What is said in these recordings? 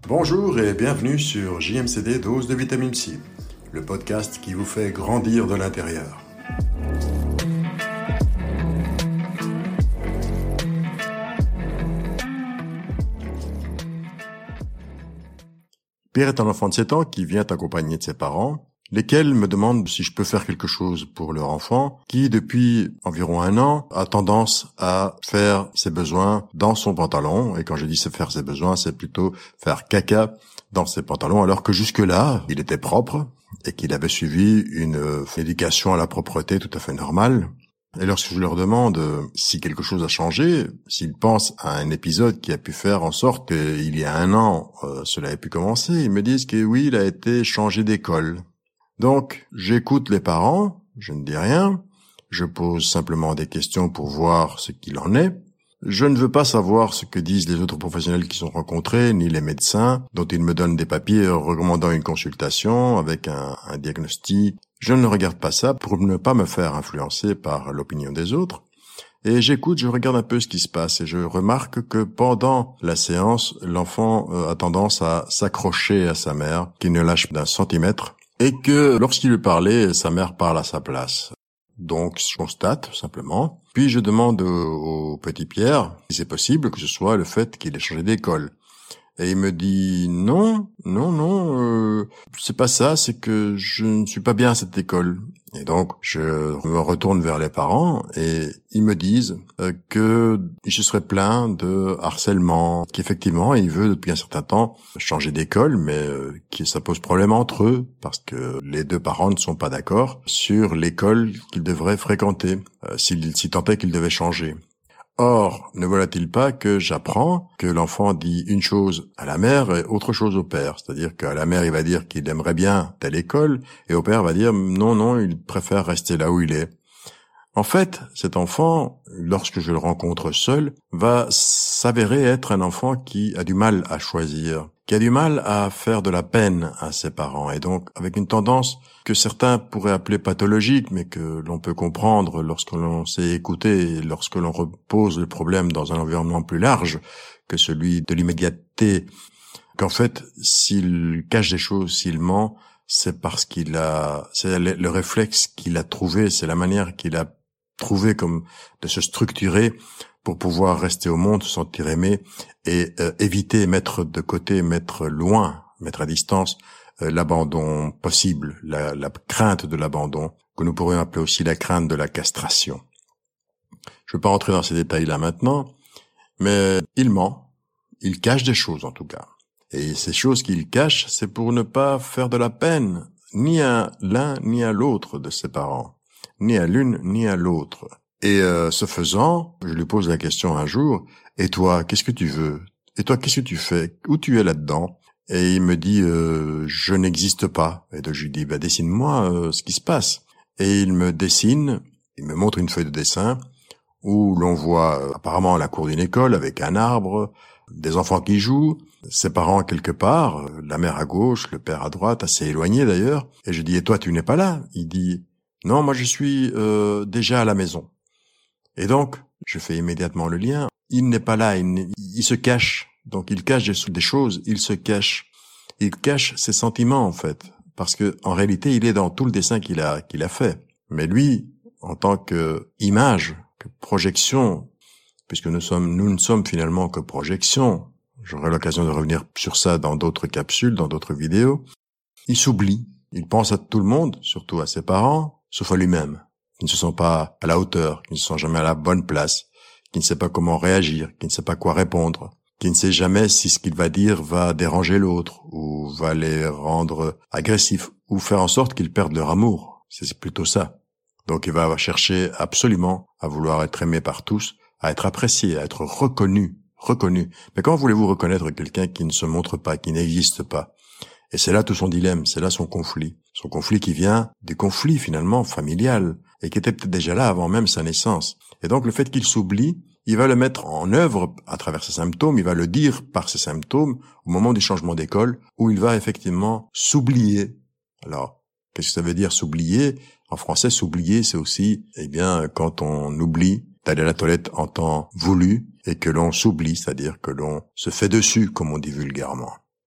Bonjour et bienvenue sur JMCD Dose de Vitamine C, le podcast qui vous fait grandir de l'intérieur. Pierre est un enfant de 7 ans qui vient accompagné de ses parents, lesquels me demandent si je peux faire quelque chose pour leur enfant, qui depuis environ 1 an a tendance à faire ses besoins dans son pantalon. Et quand je dis faire ses besoins, c'est plutôt faire caca dans ses pantalons, alors que jusque-là, il était propre et qu'il avait suivi une éducation à la propreté tout à fait normale. Et lorsque je leur demande si quelque chose a changé, s'ils pensent à un épisode qui a pu faire en sorte qu'il y a 1 an, cela ait pu commencer, ils me disent que oui, il a été changé d'école. Donc, j'écoute les parents, je ne dis rien, je pose simplement des questions pour voir ce qu'il en est. Je ne veux pas savoir ce que disent les autres professionnels qui sont rencontrés, ni les médecins, dont ils me donnent des papiers recommandant une consultation avec un diagnostic. Je ne regarde pas ça pour ne pas me faire influencer par l'opinion des autres. Et j'écoute, je regarde un peu ce qui se passe et je remarque que pendant la séance, l'enfant a tendance à s'accrocher à sa mère, qui ne lâche d'un centimètre, et que lorsqu'il lui parlait, sa mère parle à sa place. Donc, je constate, simplement. Puis, je demande au petit Pierre si c'est possible que ce soit le fait qu'il ait changé d'école. Et il me dit non, c'est pas ça, c'est que je ne suis pas bien à cette école. Et donc, je me retourne vers les parents et ils me disent que il se serait plaint de harcèlement, qu'effectivement, il veut depuis un certain temps changer d'école, mais que ça pose problème entre eux parce que les 2 parents ne sont pas d'accord sur l'école qu'il devrait fréquenter, si tant est qu'il devait changer. Or, ne voilà-t-il pas que j'apprends que l'enfant dit une chose à la mère et autre chose au père. C'est-à-dire qu'à la mère, il va dire qu'il aimerait bien telle école, et au père, il va dire non, il préfère rester là où il est. En fait, cet enfant, lorsque je le rencontre seul, va s'avérer être un enfant qui a du mal à choisir, qui a du mal à faire de la peine à ses parents, et donc avec une tendance que certains pourraient appeler pathologique, mais que l'on peut comprendre lorsque l'on sait écouter et lorsque l'on repose le problème dans un environnement plus large que celui de l'immédiateté, qu'en fait, s'il cache des choses, s'il ment, c'est parce c'est le réflexe qu'il a trouvé, c'est la manière qu'il a trouvé comme de se structurer pour pouvoir rester au monde, se sentir aimé et éviter, mettre de côté, mettre loin, mettre à distance l'abandon possible, la crainte de l'abandon, que nous pourrions appeler aussi la crainte de la castration. Je ne veux pas rentrer dans ces détails-là maintenant, mais il ment, il cache des choses en tout cas. Et ces choses qu'il cache, c'est pour ne pas faire de la peine, ni à l'un ni à l'autre de ses parents, ni à l'une ni à l'autre. Et ce faisant, je lui pose la question un jour, « Et toi, qu'est-ce que tu veux? Et toi, qu'est-ce que tu fais? Où tu es là-dedans ?» Et il me dit « Je n'existe pas. » Et donc je lui dis « Dessine-moi ce qui se passe. » Et il me dessine, il me montre une feuille de dessin où l'on voit apparemment la cour d'une école avec un arbre, des enfants qui jouent, ses parents quelque part, la mère à gauche, le père à droite, assez éloigné d'ailleurs. Et je dis « Et toi, tu n'es pas là ?» Il dit « Non, moi je suis déjà à la maison. » Et donc, je fais immédiatement le lien. Il n'est pas là, il se cache. Donc il cache des choses, il se cache. Il cache ses sentiments en fait, parce que en réalité, il est dans tout le dessin qu'il a fait. Mais lui, en tant que image, que projection, puisque nous ne sommes finalement que projection, j'aurai l'occasion de revenir sur ça dans d'autres capsules, dans d'autres vidéos, il s'oublie. Il pense à tout le monde, surtout à ses parents, sauf à lui-même, qui ne se sent pas à la hauteur, qui ne se sent jamais à la bonne place, qui ne sait pas comment réagir, qui ne sait pas quoi répondre, qui ne sait jamais si ce qu'il va dire va déranger l'autre, ou va les rendre agressifs, ou faire en sorte qu'ils perdent leur amour. C'est plutôt ça. Donc il va chercher absolument à vouloir être aimé par tous, à être apprécié, à être reconnu. Mais comment voulez-vous reconnaître quelqu'un qui ne se montre pas, qui n'existe pas? Et c'est là tout son dilemme, c'est là son conflit. Son conflit qui vient du conflit finalement familial, et qui était peut-être déjà là avant même sa naissance. Et donc le fait qu'il s'oublie, il va le mettre en œuvre à travers ses symptômes, il va le dire par ses symptômes au moment du changement d'école, où il va effectivement s'oublier. Alors, qu'est-ce que ça veut dire s'oublier? En français, s'oublier, c'est aussi, quand on oublie d'aller à la toilette en temps voulu, et que l'on s'oublie, c'est-à-dire que l'on se fait dessus, comme on dit vulgairement.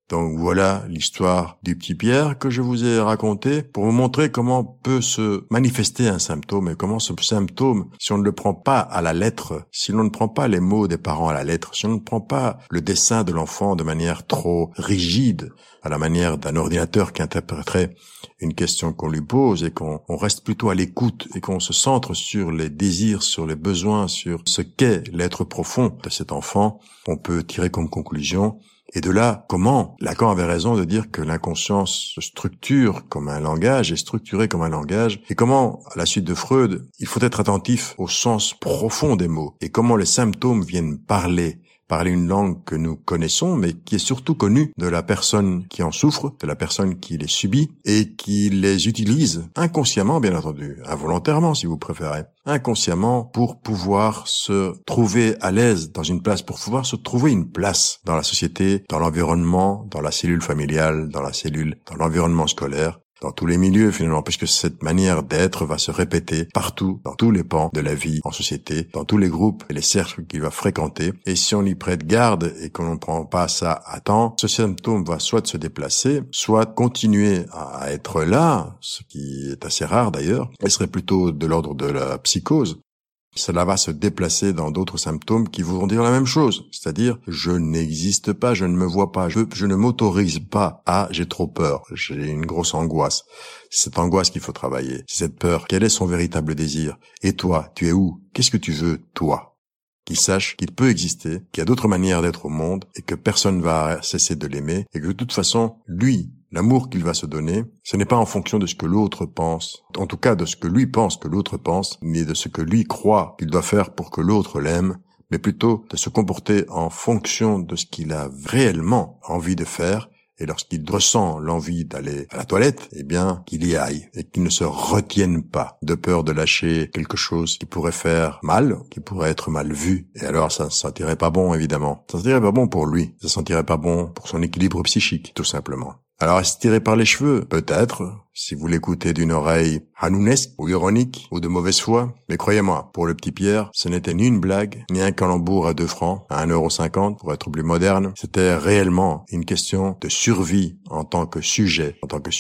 Donc voilà l'histoire du petit Pierre que je vous ai raconté pour vous montrer comment peut se manifester un symptôme et comment ce symptôme, si on ne le prend pas à la lettre, si l'on ne prend pas les mots des parents à la lettre, si on ne prend pas le dessin de l'enfant de manière trop rigide, à la manière d'un ordinateur qui interpréterait une question qu'on lui pose et qu'on reste plutôt à l'écoute et qu'on se centre sur les désirs, sur les besoins, sur ce qu'est l'être profond de cet enfant, on peut tirer comme conclusion. Et de là, comment Lacan avait raison de dire que l'inconscience se structure comme un langage, est structurée comme un langage, et comment, à la suite de Freud, il faut être attentif au sens profond des mots, et comment les symptômes viennent parler une langue que nous connaissons, mais qui est surtout connue de la personne qui en souffre, de la personne qui les subit, et qui les utilise inconsciemment, bien entendu, involontairement si vous préférez, inconsciemment pour pouvoir se trouver à l'aise dans une place, pour pouvoir se trouver une place dans la société, dans l'environnement, dans la cellule familiale, dans l'environnement scolaire, dans tous les milieux finalement, puisque cette manière d'être va se répéter partout, dans tous les pans de la vie en société, dans tous les groupes et les cercles qu'il va fréquenter. Et si on y prête garde et qu'on ne prend pas ça à temps, ce symptôme va soit se déplacer, soit continuer à être là, ce qui est assez rare d'ailleurs, et serait plutôt de l'ordre de la psychose. Cela va se déplacer dans d'autres symptômes qui voudront dire la même chose, c'est-à-dire je n'existe pas, je ne me vois pas, je ne m'autorise pas à j'ai trop peur, j'ai une grosse angoisse. C'est cette angoisse qu'il faut travailler, c'est cette peur. Quel est son véritable désir? Et toi, tu es où? Qu'est-ce que tu veux, toi? Qu'il sache qu'il peut exister, qu'il y a d'autres manières d'être au monde et que personne ne va cesser de l'aimer et que de toute façon, lui, l'amour qu'il va se donner, ce n'est pas en fonction de ce que l'autre pense, en tout cas de ce que lui pense que l'autre pense, ni de ce que lui croit qu'il doit faire pour que l'autre l'aime, mais plutôt de se comporter en fonction de ce qu'il a réellement envie de faire. Et lorsqu'il ressent l'envie d'aller à la toilette, eh bien, qu'il y aille et qu'il ne se retienne pas de peur de lâcher quelque chose qui pourrait faire mal, qui pourrait être mal vu. Et alors, ça ne sentirait pas bon, évidemment. Ça ne sentirait pas bon pour lui. Ça ne sentirait pas bon pour son équilibre psychique, tout simplement. Alors, est-ce tiré par les cheveux? Peut-être, si vous l'écoutez d'une oreille hanounesque ou ironique ou de mauvaise foi. Mais croyez-moi, pour le petit Pierre, ce n'était ni une blague, ni un calembour à 2 francs, à 1,50 € pour être plus moderne. C'était réellement une question de survie en tant que sujet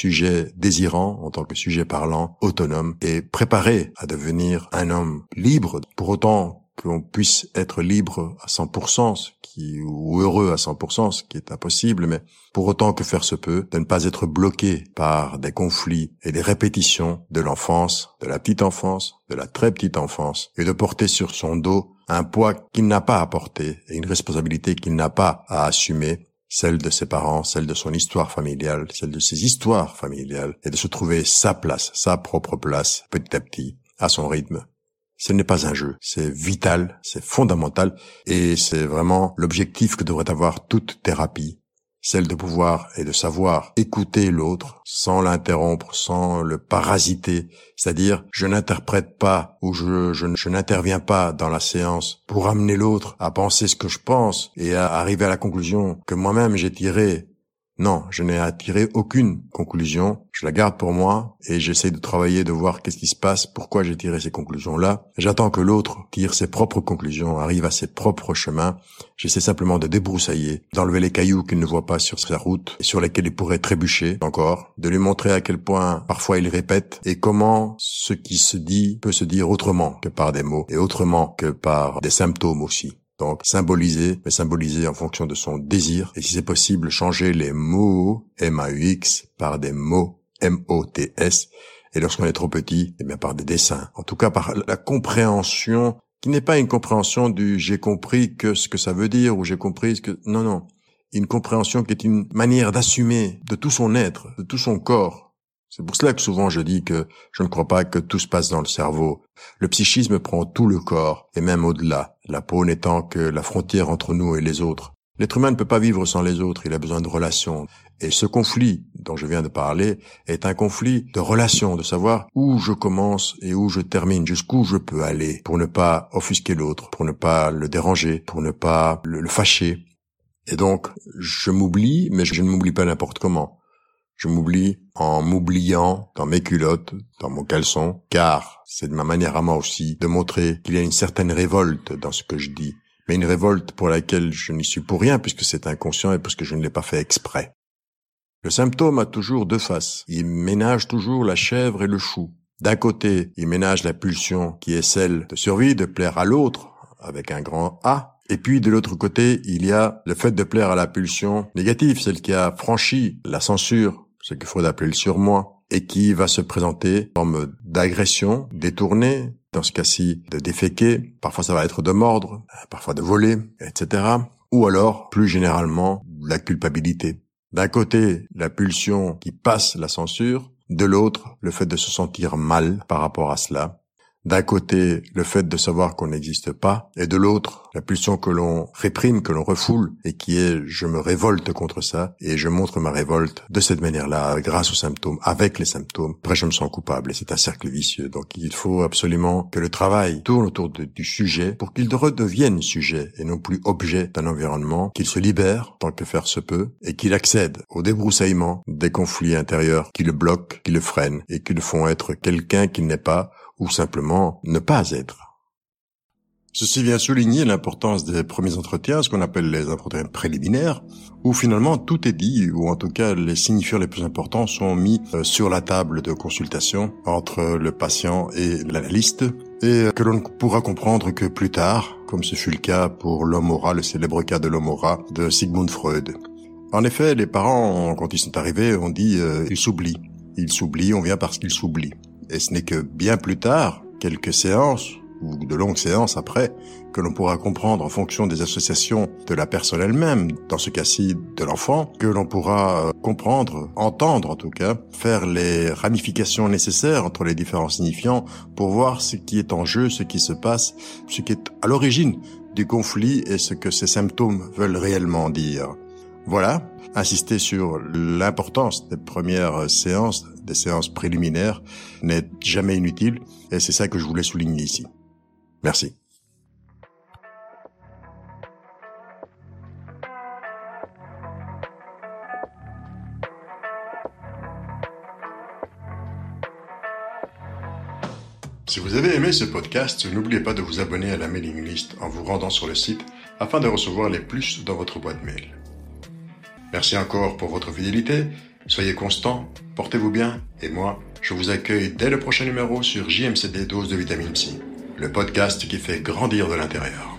désirant, en tant que sujet parlant, autonome et préparé à devenir un homme libre, pour autant qu'on puisse être libre à 100%, ou heureux à 100%, ce qui est impossible, mais pour autant que faire se peut, de ne pas être bloqué par des conflits et des répétitions de l'enfance, de la petite enfance, de la très petite enfance, et de porter sur son dos un poids qu'il n'a pas à porter et une responsabilité qu'il n'a pas à assumer, celle de ses parents, celle de son histoire familiale, celle de ses histoires familiales, et de se trouver sa place, sa propre place, petit à petit, à son rythme. Ce n'est pas un jeu, c'est vital, c'est fondamental, et c'est vraiment l'objectif que devrait avoir toute thérapie, celle de pouvoir et de savoir écouter l'autre sans l'interrompre, sans le parasiter, c'est-à-dire je n'interprète pas ou je n'interviens pas dans la séance pour amener l'autre à penser ce que je pense et à arriver à la conclusion que moi-même j'ai tirée. Non, je n'ai à tirer aucune conclusion, je la garde pour moi et j'essaie de travailler, de voir qu'est-ce qui se passe, pourquoi j'ai tiré ces conclusions-là. J'attends que l'autre tire ses propres conclusions, arrive à ses propres chemins. J'essaie simplement de débroussailler, d'enlever les cailloux qu'il ne voit pas sur sa route et sur lesquels il pourrait trébucher encore, de lui montrer à quel point parfois il répète et comment ce qui se dit peut se dire autrement que par des mots et autrement que par des symptômes aussi. Donc, symboliser, mais symboliser en fonction de son désir. Et si c'est possible, changer les mots, M-A-U-X, par des mots, M-O-T-S. Et lorsqu'on est trop petit, eh bien, par des dessins. En tout cas, par la compréhension, qui n'est pas une compréhension du j'ai compris que ce que ça veut dire, ou j'ai compris ce que, non. Une compréhension qui est une manière d'assumer de tout son être, de tout son corps. C'est pour cela que souvent je dis que je ne crois pas que tout se passe dans le cerveau. Le psychisme prend tout le corps, et même au-delà, la peau n'étant que la frontière entre nous et les autres. L'être humain ne peut pas vivre sans les autres, il a besoin de relations. Et ce conflit dont je viens de parler est un conflit de relations, de savoir où je commence et où je termine, jusqu'où je peux aller, pour ne pas offusquer l'autre, pour ne pas le déranger, pour ne pas le fâcher. Et donc, je m'oublie, mais je ne m'oublie pas n'importe comment. Je m'oublie en m'oubliant dans mes culottes, dans mon caleçon, car c'est de ma manière à moi aussi de montrer qu'il y a une certaine révolte dans ce que je dis, mais une révolte pour laquelle je n'y suis pour rien puisque c'est inconscient et parce que je ne l'ai pas fait exprès. Le symptôme a toujours deux faces. Il ménage toujours la chèvre et le chou. D'un côté, il ménage la pulsion qui est celle de survie, de plaire à l'autre, avec un grand A. Et puis, de l'autre côté, il y a le fait de plaire à la pulsion négative, celle qui a franchi la censure, ce qu'il faut appeler le surmoi, et qui va se présenter en mode d'agression, détournée, dans ce cas-ci de déféquer, parfois ça va être de mordre, parfois de voler, etc. Ou alors, plus généralement, la culpabilité. D'un côté, la pulsion qui passe la censure, de l'autre, le fait de se sentir mal par rapport à cela. D'un côté, le fait de savoir qu'on n'existe pas, et de l'autre, la pulsion que l'on réprime, que l'on refoule, et qui est « je me révolte contre ça », et je montre ma révolte de cette manière-là, grâce aux symptômes, avec les symptômes. Après, je me sens coupable, et c'est un cercle vicieux. Donc, il faut absolument que le travail tourne autour du sujet pour qu'il redevienne sujet, et non plus objet d'un environnement, qu'il se libère, tant que faire se peut, et qu'il accède au débroussaillement des conflits intérieurs qui le bloquent, qui le freinent, et qui le font être quelqu'un qu'il n'est pas, ou simplement ne pas être. Ceci vient souligner l'importance des premiers entretiens, ce qu'on appelle les entretiens préliminaires, où finalement tout est dit, ou en tout cas les signifiants les plus importants sont mis sur la table de consultation entre le patient et l'analyste, et que l'on ne pourra comprendre que plus tard, comme ce fut le cas pour l'homme aura, le célèbre cas de l'homme aura de Sigmund Freud. En effet, les parents, quand ils sont arrivés, ont dit ils s'oublient. Ils s'oublient, on vient parce qu'ils s'oublient. Et ce n'est que bien plus tard, quelques séances, ou de longues séances après, que l'on pourra comprendre en fonction des associations de la personne elle-même, dans ce cas-ci de l'enfant, que l'on pourra comprendre, entendre en tout cas, faire les ramifications nécessaires entre les différents signifiants pour voir ce qui est en jeu, ce qui se passe, ce qui est à l'origine du conflit et ce que ces symptômes veulent réellement dire. Voilà, insister sur l'importance des premières séances, des séances préliminaires, n'est jamais inutile, et c'est ça que je voulais souligner ici. Merci. Si vous avez aimé ce podcast, n'oubliez pas de vous abonner à la mailing list en vous rendant sur le site afin de recevoir les plus dans votre boîte mail. Merci encore pour votre fidélité, soyez constants, portez-vous bien, et moi, je vous accueille dès le prochain numéro sur JMCD Dose de Vitamine C, le podcast qui fait grandir de l'intérieur.